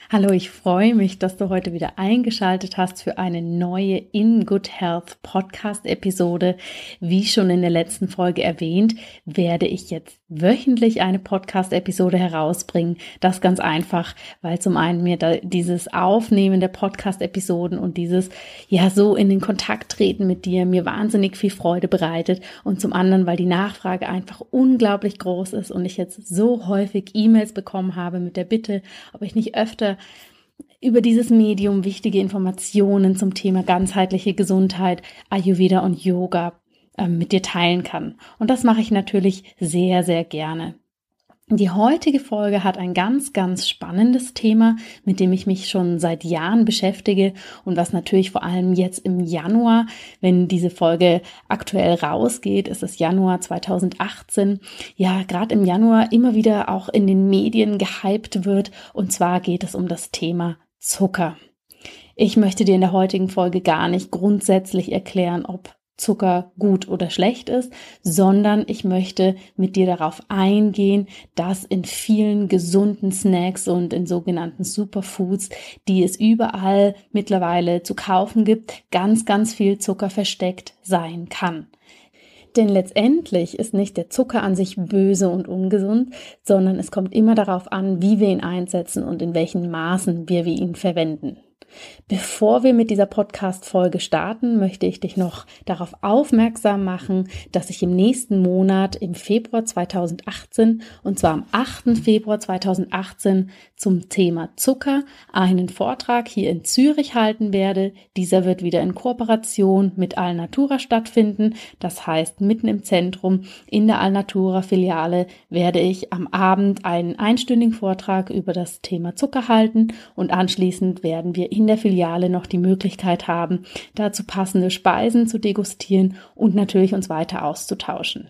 Hallo, ich freue mich, dass du heute wieder eingeschaltet hast für eine neue In Good Health Podcast-Episode. Wie schon in der letzten Folge erwähnt, werde ich jetzt wöchentlich eine Podcast-Episode herausbringen. Das ganz einfach, weil zum einen mir da dieses Aufnehmen der Podcast-Episoden und dieses so in den Kontakt treten mit dir mir wahnsinnig viel Freude bereitet und zum anderen, weil die Nachfrage einfach unglaublich groß ist und ich jetzt so häufig E-Mails bekommen habe mit der Bitte, ob ich nicht öfter über dieses Medium wichtige Informationen zum Thema ganzheitliche Gesundheit, Ayurveda und Yoga mit dir teilen kann. Und das mache ich natürlich sehr, sehr gerne. Die heutige Folge hat ein ganz, ganz spannendes Thema, mit dem ich mich schon seit Jahren beschäftige und was natürlich vor allem jetzt im Januar, wenn diese Folge aktuell rausgeht, ist es Januar 2018, gerade im Januar immer wieder auch in den Medien gehypt wird, und zwar geht es um das Thema Zucker. Ich möchte dir in der heutigen Folge gar nicht grundsätzlich erklären, ob Zucker gut oder schlecht ist, sondern ich möchte mit dir darauf eingehen, dass in vielen gesunden Snacks und in sogenannten Superfoods, die es überall mittlerweile zu kaufen gibt, ganz, ganz viel Zucker versteckt sein kann. Denn letztendlich ist nicht der Zucker an sich böse und ungesund, sondern es kommt immer darauf an, wie wir ihn einsetzen und in welchen Maßen wir ihn verwenden. Bevor wir mit dieser Podcast-Folge starten, möchte ich dich noch darauf aufmerksam machen, dass ich im nächsten Monat, im Februar 2018, und zwar am 8. Februar 2018, zum Thema Zucker einen Vortrag hier in Zürich halten werde. Dieser wird wieder in Kooperation mit Alnatura stattfinden. Das heißt, mitten im Zentrum in der Alnatura-Filiale werde ich am Abend einen einstündigen Vortrag über das Thema Zucker halten und anschließend werden wir in der Filiale noch die Möglichkeit haben, dazu passende Speisen zu degustieren und natürlich uns weiter auszutauschen.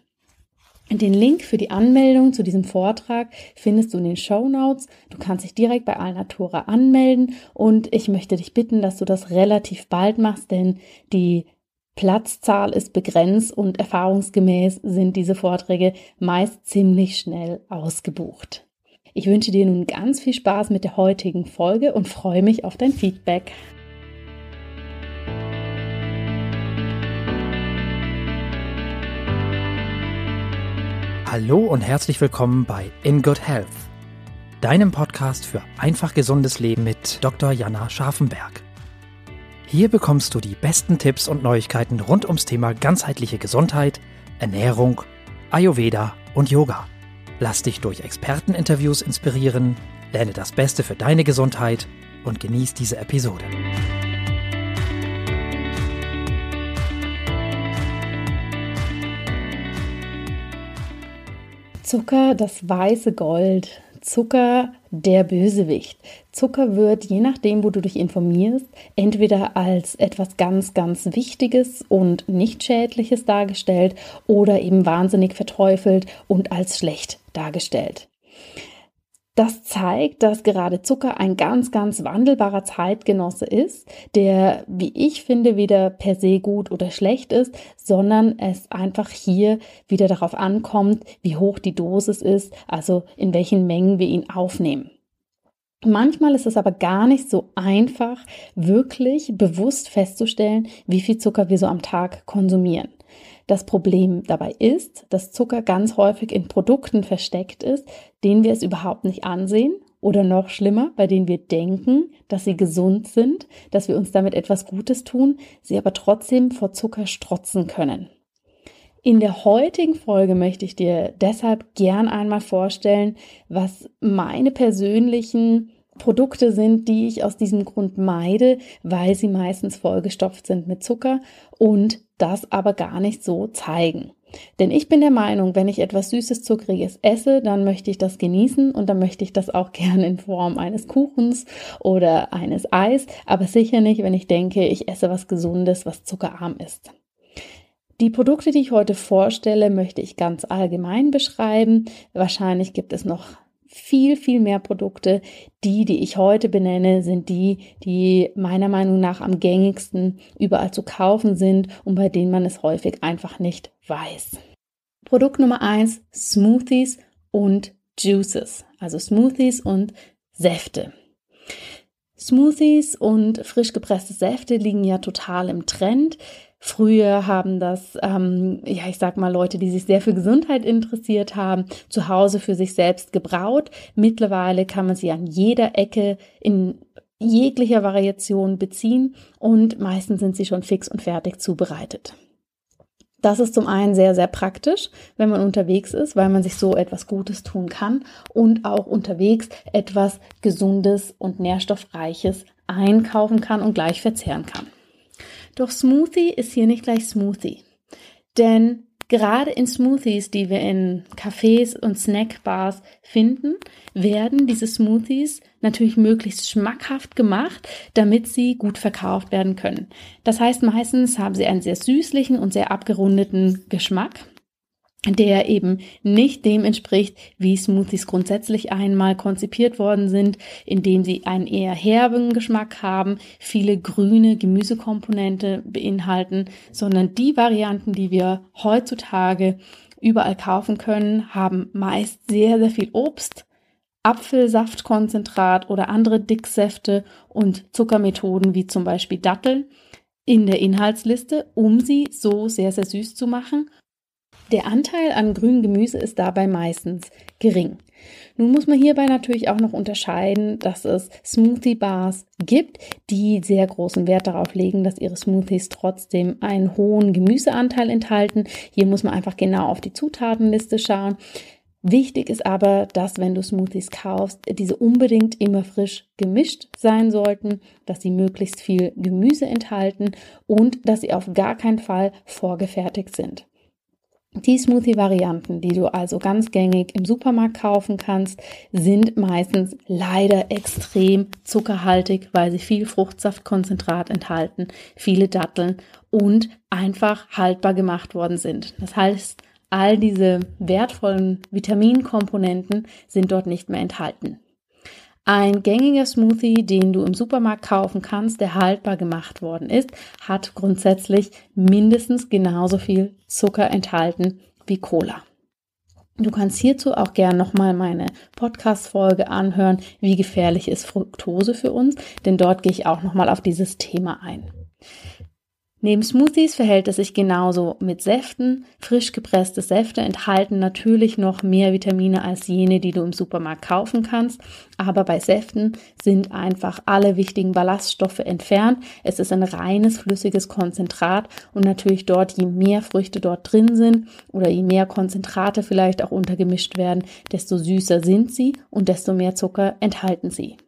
Den Link für die Anmeldung zu diesem Vortrag findest du in den Shownotes. Du kannst dich direkt bei Alnatura anmelden und ich möchte dich bitten, dass du das relativ bald machst, denn die Platzzahl ist begrenzt und erfahrungsgemäß sind diese Vorträge meist ziemlich schnell ausgebucht. Ich wünsche dir nun ganz viel Spaß mit der heutigen Folge und freue mich auf dein Feedback. Hallo und herzlich willkommen bei In Good Health, deinem Podcast für einfach gesundes Leben mit Dr. Jana Scharfenberg. Hier bekommst du die besten Tipps und Neuigkeiten rund ums Thema ganzheitliche Gesundheit, Ernährung, Ayurveda und Yoga. Lass dich durch Experteninterviews inspirieren, lerne das Beste für deine Gesundheit und genieß diese Episode. Zucker, das weiße Gold. Zucker, der Bösewicht. Zucker wird, je nachdem, wo du dich informierst, entweder als etwas ganz, ganz Wichtiges und nicht Schädliches dargestellt oder eben wahnsinnig verteufelt und als schlecht dargestellt. Das zeigt, dass gerade Zucker ein ganz, ganz wandelbarer Zeitgenosse ist, der, wie ich finde, weder per se gut oder schlecht ist, sondern es einfach hier wieder darauf ankommt, wie hoch die Dosis ist, also in welchen Mengen wir ihn aufnehmen. Manchmal ist es aber gar nicht so einfach, wirklich bewusst festzustellen, wie viel Zucker wir so am Tag konsumieren. Das Problem dabei ist, dass Zucker ganz häufig in Produkten versteckt ist, denen wir es überhaupt nicht ansehen oder noch schlimmer, bei denen wir denken, dass sie gesund sind, dass wir uns damit etwas Gutes tun, sie aber trotzdem vor Zucker strotzen können. In der heutigen Folge möchte ich dir deshalb gern einmal vorstellen, was meine persönlichen Produkte sind, die ich aus diesem Grund meide, weil sie meistens vollgestopft sind mit Zucker und das aber gar nicht so zeigen. Denn ich bin der Meinung, wenn ich etwas Süßes, Zuckriges esse, dann möchte ich das genießen und dann möchte ich das auch gerne in Form eines Kuchens oder eines Eis, aber sicher nicht, wenn ich denke, ich esse was Gesundes, was zuckerarm ist. Die Produkte, die ich heute vorstelle, möchte ich ganz allgemein beschreiben. Wahrscheinlich gibt es noch viel, viel mehr Produkte. Die ich heute benenne, sind die meiner Meinung nach am gängigsten überall zu kaufen sind und bei denen man es häufig einfach nicht weiß. Produkt Nummer 1, Smoothies und Juices, also Smoothies und Säfte. Smoothies und frisch gepresste Säfte liegen ja total im Trend. Früher haben das, Leute, die sich sehr für Gesundheit interessiert haben, zu Hause für sich selbst gebraut. Mittlerweile kann man sie an jeder Ecke in jeglicher Variation beziehen und meistens sind sie schon fix und fertig zubereitet. Das ist zum einen sehr, sehr praktisch, wenn man unterwegs ist, weil man sich so etwas Gutes tun kann und auch unterwegs etwas Gesundes und Nährstoffreiches einkaufen kann und gleich verzehren kann. Doch Smoothie ist hier nicht gleich Smoothie, denn gerade in Smoothies, die wir in Cafés und Snackbars finden, werden diese Smoothies natürlich möglichst schmackhaft gemacht, damit sie gut verkauft werden können. Das heißt, meistens haben sie einen sehr süßlichen und sehr abgerundeten Geschmack, der eben nicht dem entspricht, wie Smoothies grundsätzlich einmal konzipiert worden sind, indem sie einen eher herben Geschmack haben, viele grüne Gemüsekomponente beinhalten, sondern die Varianten, die wir heutzutage überall kaufen können, haben meist sehr, sehr viel Obst, Apfelsaftkonzentrat oder andere Dicksäfte und Zuckermethoden wie zum Beispiel Datteln in der Inhaltsliste, um sie so sehr, sehr süß zu machen. Der Anteil an grünem Gemüse ist dabei meistens gering. Nun muss man hierbei natürlich auch noch unterscheiden, dass es Smoothie-Bars gibt, die sehr großen Wert darauf legen, dass ihre Smoothies trotzdem einen hohen Gemüseanteil enthalten. Hier muss man einfach genau auf die Zutatenliste schauen. Wichtig ist aber, dass wenn du Smoothies kaufst, diese unbedingt immer frisch gemischt sein sollten, dass sie möglichst viel Gemüse enthalten und dass sie auf gar keinen Fall vorgefertigt sind. Die Smoothie-Varianten, die du also ganz gängig im Supermarkt kaufen kannst, sind meistens leider extrem zuckerhaltig, weil sie viel Fruchtsaftkonzentrat enthalten, viele Datteln und einfach haltbar gemacht worden sind. Das heißt, all diese wertvollen Vitaminkomponenten sind dort nicht mehr enthalten. Ein gängiger Smoothie, den du im Supermarkt kaufen kannst, der haltbar gemacht worden ist, hat grundsätzlich mindestens genauso viel Zucker enthalten wie Cola. Du kannst hierzu auch gern nochmal meine Podcast-Folge anhören, wie gefährlich ist Fructose für uns, denn dort gehe ich auch nochmal auf dieses Thema ein. Neben Smoothies verhält es sich genauso mit Säften. Frisch gepresste Säfte enthalten natürlich noch mehr Vitamine als jene, die du im Supermarkt kaufen kannst. Aber bei Säften sind einfach alle wichtigen Ballaststoffe entfernt. Es ist ein reines flüssiges Konzentrat und natürlich dort, je mehr Früchte dort drin sind oder je mehr Konzentrate vielleicht auch untergemischt werden, desto süßer sind sie und desto mehr Zucker enthalten sie.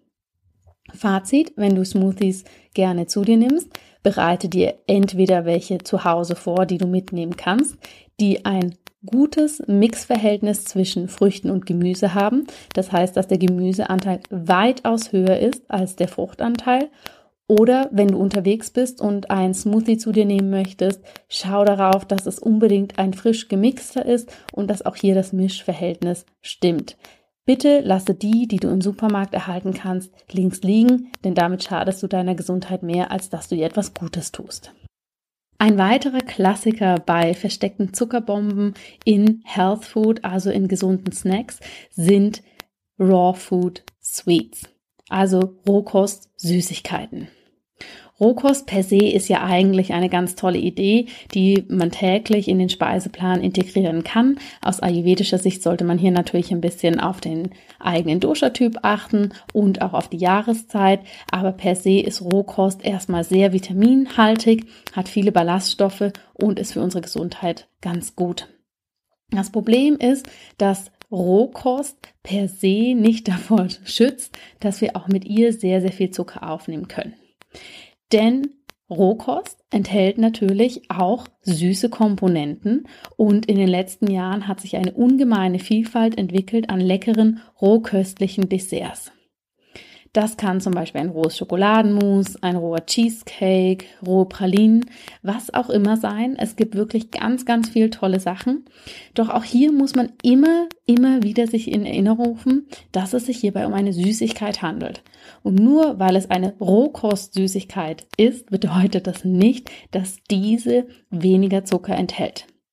Fazit, wenn du Smoothies gerne zu dir nimmst, bereite dir entweder welche zu Hause vor, die du mitnehmen kannst, die ein gutes Mixverhältnis zwischen Früchten und Gemüse haben. Das heißt, dass der Gemüseanteil weitaus höher ist als der Fruchtanteil. Oder wenn du unterwegs bist und ein Smoothie zu dir nehmen möchtest, schau darauf, dass es unbedingt ein frisch gemixter ist und dass auch hier das Mischverhältnis stimmt. Bitte lasse die du im Supermarkt erhalten kannst, links liegen, denn damit schadest du deiner Gesundheit mehr, als dass du ihr etwas Gutes tust. Ein weiterer Klassiker bei versteckten Zuckerbomben in Health Food, also in gesunden Snacks, sind Raw Food Sweets, also Rohkost-Süßigkeiten. Rohkost per se ist ja eigentlich eine ganz tolle Idee, die man täglich in den Speiseplan integrieren kann. Aus ayurvedischer Sicht sollte man hier natürlich ein bisschen auf den eigenen Dosha-Typ achten und auch auf die Jahreszeit. Aber per se ist Rohkost erstmal sehr vitaminhaltig, hat viele Ballaststoffe und ist für unsere Gesundheit ganz gut. Das Problem ist, dass Rohkost per se nicht davor schützt, dass wir auch mit ihr sehr, sehr viel Zucker aufnehmen können. Denn Rohkost enthält natürlich auch süße Komponenten und in den letzten Jahren hat sich eine ungemeine Vielfalt entwickelt an leckeren, rohköstlichen Desserts. Das kann zum Beispiel ein rohes Schokoladenmus, ein roher Cheesecake, rohe Pralinen, was auch immer sein. Es gibt wirklich ganz, ganz viele tolle Sachen. Doch auch hier muss man immer wieder sich in Erinnerung rufen, dass es sich hierbei um eine Süßigkeit handelt. Und nur weil es eine Rohkost-Süßigkeit ist, bedeutet das nicht, dass diese weniger Zucker enthält.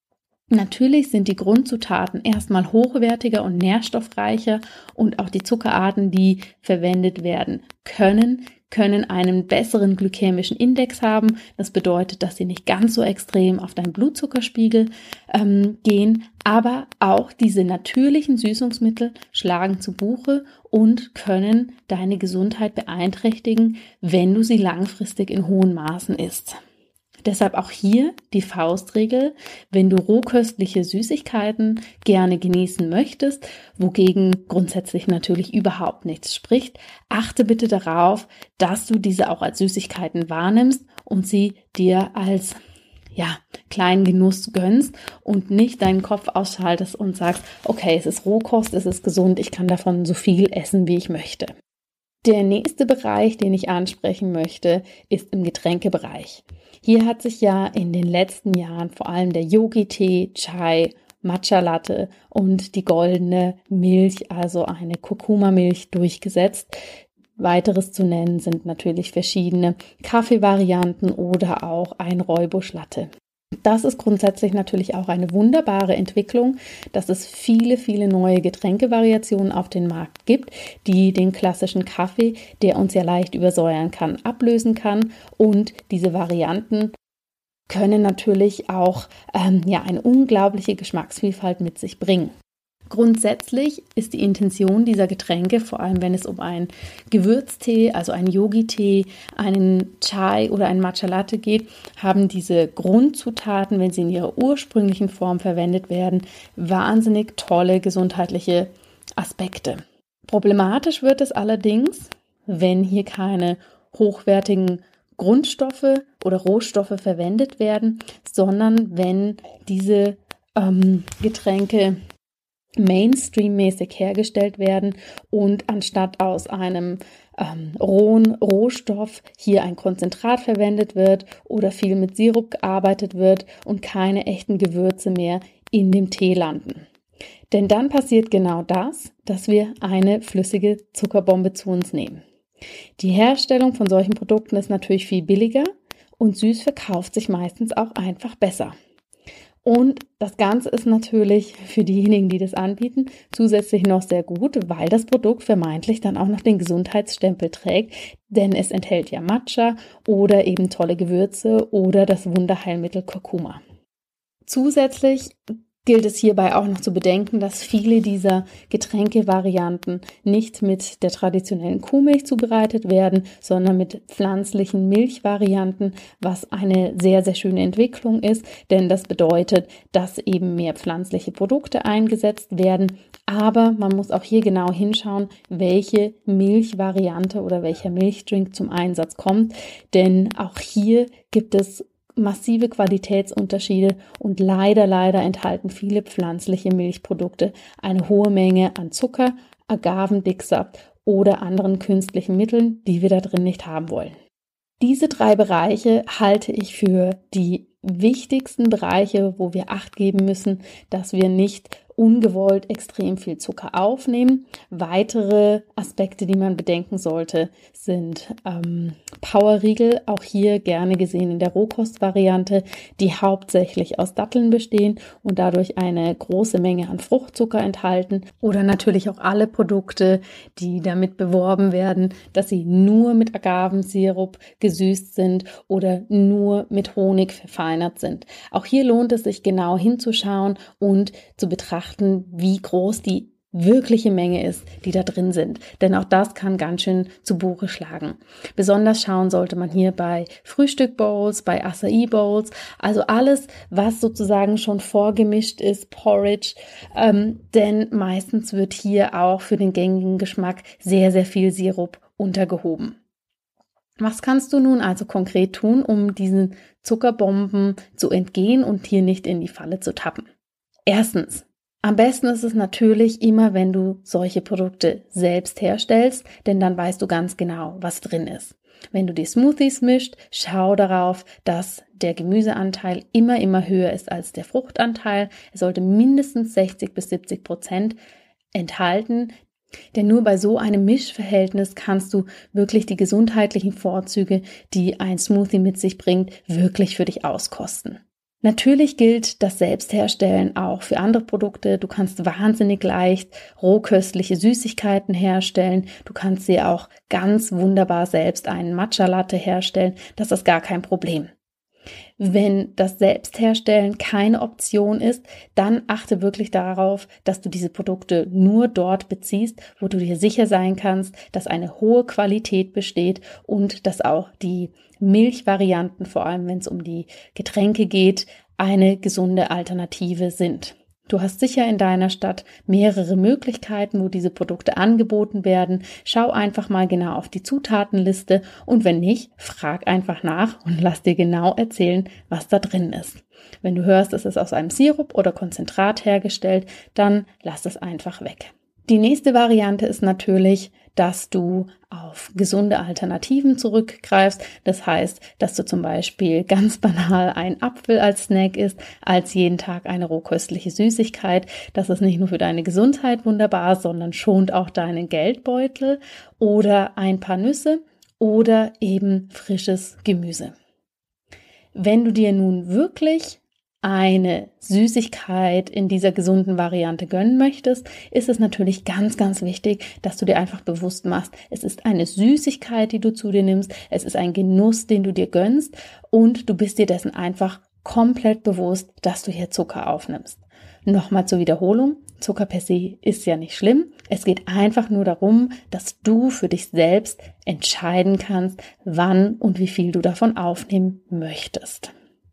Natürlich sind die Grundzutaten erstmal hochwertiger und nährstoffreicher und auch die Zuckerarten, die verwendet werden können einen besseren glykämischen Index haben. Das bedeutet, dass sie nicht ganz so extrem auf deinen Blutzuckerspiegel gehen, aber auch diese natürlichen Süßungsmittel schlagen zu Buche und können deine Gesundheit beeinträchtigen, wenn du sie langfristig in hohen Maßen isst. Deshalb auch hier die Faustregel: Wenn du rohköstliche Süßigkeiten gerne genießen möchtest, wogegen grundsätzlich natürlich überhaupt nichts spricht, achte bitte darauf, dass du diese auch als Süßigkeiten wahrnimmst und sie dir als kleinen Genuss gönnst und nicht deinen Kopf ausschaltest und sagst, okay, es ist Rohkost, es ist gesund, ich kann davon so viel essen, wie ich möchte. Der nächste Bereich, den ich ansprechen möchte, ist im Getränkebereich. Hier hat sich ja in den letzten Jahren vor allem der Yogi-Tee, Chai, Matcha-Latte und die goldene Milch, also eine Kurkuma-Milch, durchgesetzt. Weiteres zu nennen sind natürlich verschiedene Kaffeevarianten oder auch ein Rooibos-Latte. Das ist grundsätzlich natürlich auch eine wunderbare Entwicklung, dass es viele, viele neue Getränkevariationen auf den Markt gibt, die den klassischen Kaffee, der uns ja leicht übersäuern kann, ablösen kann. Und diese Varianten können natürlich auch eine unglaubliche Geschmacksvielfalt mit sich bringen. Grundsätzlich ist die Intention dieser Getränke, vor allem wenn es um einen Gewürztee, also einen Yogi-Tee, einen Chai oder einen Matcha-Latte geht, haben diese Grundzutaten, wenn sie in ihrer ursprünglichen Form verwendet werden, wahnsinnig tolle gesundheitliche Aspekte. Problematisch wird es allerdings, wenn hier keine hochwertigen Grundstoffe oder Rohstoffe verwendet werden, sondern wenn diese Getränke Mainstream-mäßig hergestellt werden und anstatt aus einem rohen Rohstoff hier ein Konzentrat verwendet wird oder viel mit Sirup gearbeitet wird und keine echten Gewürze mehr in dem Tee landen. Denn dann passiert genau das, dass wir eine flüssige Zuckerbombe zu uns nehmen. Die Herstellung von solchen Produkten ist natürlich viel billiger und süß verkauft sich meistens auch einfach besser. Und das Ganze ist natürlich für diejenigen, die das anbieten, zusätzlich noch sehr gut, weil das Produkt vermeintlich dann auch noch den Gesundheitsstempel trägt, denn es enthält ja Matcha oder eben tolle Gewürze oder das Wunderheilmittel Kurkuma. Zusätzlich gilt es hierbei auch noch zu bedenken, dass viele dieser Getränkevarianten nicht mit der traditionellen Kuhmilch zubereitet werden, sondern mit pflanzlichen Milchvarianten, was eine sehr, sehr schöne Entwicklung ist, denn das bedeutet, dass eben mehr pflanzliche Produkte eingesetzt werden. Aber man muss auch hier genau hinschauen, welche Milchvariante oder welcher Milchdrink zum Einsatz kommt, denn auch hier gibt es massive Qualitätsunterschiede und leider enthalten viele pflanzliche Milchprodukte eine hohe Menge an Zucker, Agavendicksaft oder anderen künstlichen Mitteln, die wir da drin nicht haben wollen. Diese 3 Bereiche halte ich für die wichtigsten Bereiche, wo wir Acht geben müssen, dass wir nicht ungewollt extrem viel Zucker aufnehmen. Weitere Aspekte, die man bedenken sollte, sind Powerriegel, auch hier gerne gesehen in der Rohkostvariante, die hauptsächlich aus Datteln bestehen und dadurch eine große Menge an Fruchtzucker enthalten. Oder natürlich auch alle Produkte, die damit beworben werden, dass sie nur mit Agavensirup gesüßt sind oder nur mit Honig verfeinert sind. Auch hier lohnt es sich genau hinzuschauen und zu betrachten, wie groß die wirkliche Menge ist, die da drin sind. Denn auch das kann ganz schön zu Buche schlagen. Besonders schauen sollte man hier bei Frühstück-Bowls, bei Acai-Bowls, also alles, was sozusagen schon vorgemischt ist, Porridge, denn meistens wird hier auch für den gängigen Geschmack sehr, sehr viel Sirup untergehoben. Was kannst du nun also konkret tun, um diesen Zuckerbomben zu entgehen und hier nicht in die Falle zu tappen? Erstens, am besten ist es natürlich immer, wenn du solche Produkte selbst herstellst, denn dann weißt du ganz genau, was drin ist. Wenn du die Smoothies mischt, schau darauf, dass der Gemüseanteil immer höher ist als der Fruchtanteil. Er sollte mindestens 60-70% enthalten, denn nur bei so einem Mischverhältnis kannst du wirklich die gesundheitlichen Vorzüge, die ein Smoothie mit sich bringt, wirklich für dich auskosten. Natürlich gilt das Selbstherstellen auch für andere Produkte. Du kannst wahnsinnig leicht rohköstliche Süßigkeiten herstellen. Du kannst sie auch ganz wunderbar selbst einen Matcha-Latte herstellen. Das ist gar kein Problem. Wenn das Selbstherstellen keine Option ist, dann achte wirklich darauf, dass du diese Produkte nur dort beziehst, wo du dir sicher sein kannst, dass eine hohe Qualität besteht und dass auch die Milchvarianten, vor allem wenn es um die Getränke geht, eine gesunde Alternative sind. Du hast sicher in deiner Stadt mehrere Möglichkeiten, wo diese Produkte angeboten werden. Schau einfach mal genau auf die Zutatenliste und wenn nicht, frag einfach nach und lass dir genau erzählen, was da drin ist. Wenn du hörst, es ist aus einem Sirup oder Konzentrat hergestellt, dann lass es einfach weg. Die nächste Variante ist natürlich, dass du auf gesunde Alternativen zurückgreifst. Das heißt, dass du zum Beispiel ganz banal einen Apfel als Snack isst, als jeden Tag eine rohköstliche Süßigkeit. Das ist nicht nur für deine Gesundheit wunderbar, sondern schont auch deinen Geldbeutel oder ein paar Nüsse oder eben frisches Gemüse. Wenn du dir nun wirklich eine Süßigkeit in dieser gesunden Variante gönnen möchtest, ist es natürlich ganz, ganz wichtig, dass du dir einfach bewusst machst, es ist eine Süßigkeit, die du zu dir nimmst, es ist ein Genuss, den du dir gönnst und du bist dir dessen einfach komplett bewusst, dass du hier Zucker aufnimmst. Nochmal zur Wiederholung, Zucker per se ist ja nicht schlimm, es geht einfach nur darum, dass du für dich selbst entscheiden kannst, wann und wie viel du davon aufnehmen möchtest.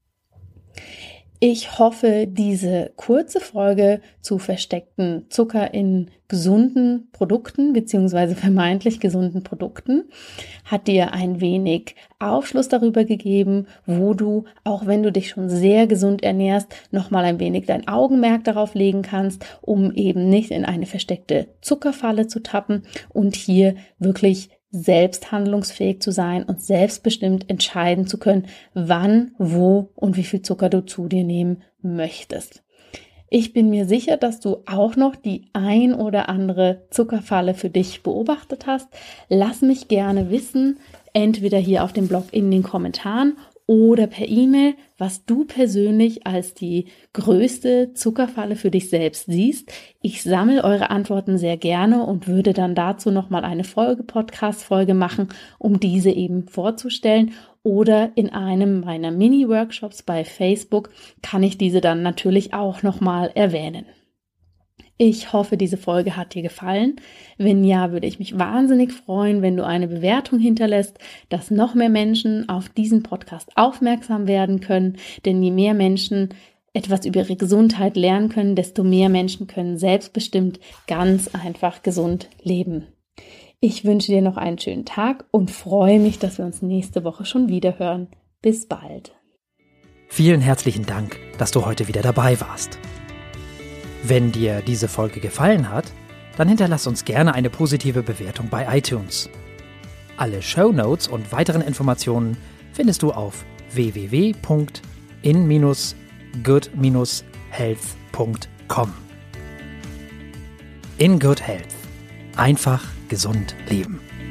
Ich hoffe, diese kurze Folge zu versteckten Zucker in gesunden Produkten bzw. vermeintlich gesunden Produkten hat dir ein wenig Aufschluss darüber gegeben, wo du, auch wenn du dich schon sehr gesund ernährst, nochmal ein wenig dein Augenmerk darauf legen kannst, um eben nicht in eine versteckte Zuckerfalle zu tappen und hier wirklich selbst handlungsfähig zu sein und selbstbestimmt entscheiden zu können, wann, wo und wie viel Zucker du zu dir nehmen möchtest. Ich bin mir sicher, dass du auch noch die ein oder andere Zuckerfalle für dich beobachtet hast. Lass mich gerne wissen, entweder hier auf dem Blog in den Kommentaren oder per E-Mail, was du persönlich als die größte Zuckerfalle für dich selbst siehst. Ich sammle eure Antworten sehr gerne und würde dann dazu nochmal eine Podcast-Folge machen, um diese eben vorzustellen. Oder in einem meiner Mini-Workshops bei Facebook kann ich diese dann natürlich auch nochmal erwähnen. Ich hoffe, diese Folge hat dir gefallen. Wenn ja, würde ich mich wahnsinnig freuen, wenn du eine Bewertung hinterlässt, dass noch mehr Menschen auf diesen Podcast aufmerksam werden können. Denn je mehr Menschen etwas über ihre Gesundheit lernen können, desto mehr Menschen können selbstbestimmt ganz einfach gesund leben. Ich wünsche dir noch einen schönen Tag und freue mich, dass wir uns nächste Woche schon wieder hören. Bis bald. Vielen herzlichen Dank, dass du heute wieder dabei warst. Wenn dir diese Folge gefallen hat, dann hinterlass uns gerne eine positive Bewertung bei iTunes. Alle Shownotes und weiteren Informationen findest du auf www.in-good-health.com. In Good Health. Einfach gesund leben.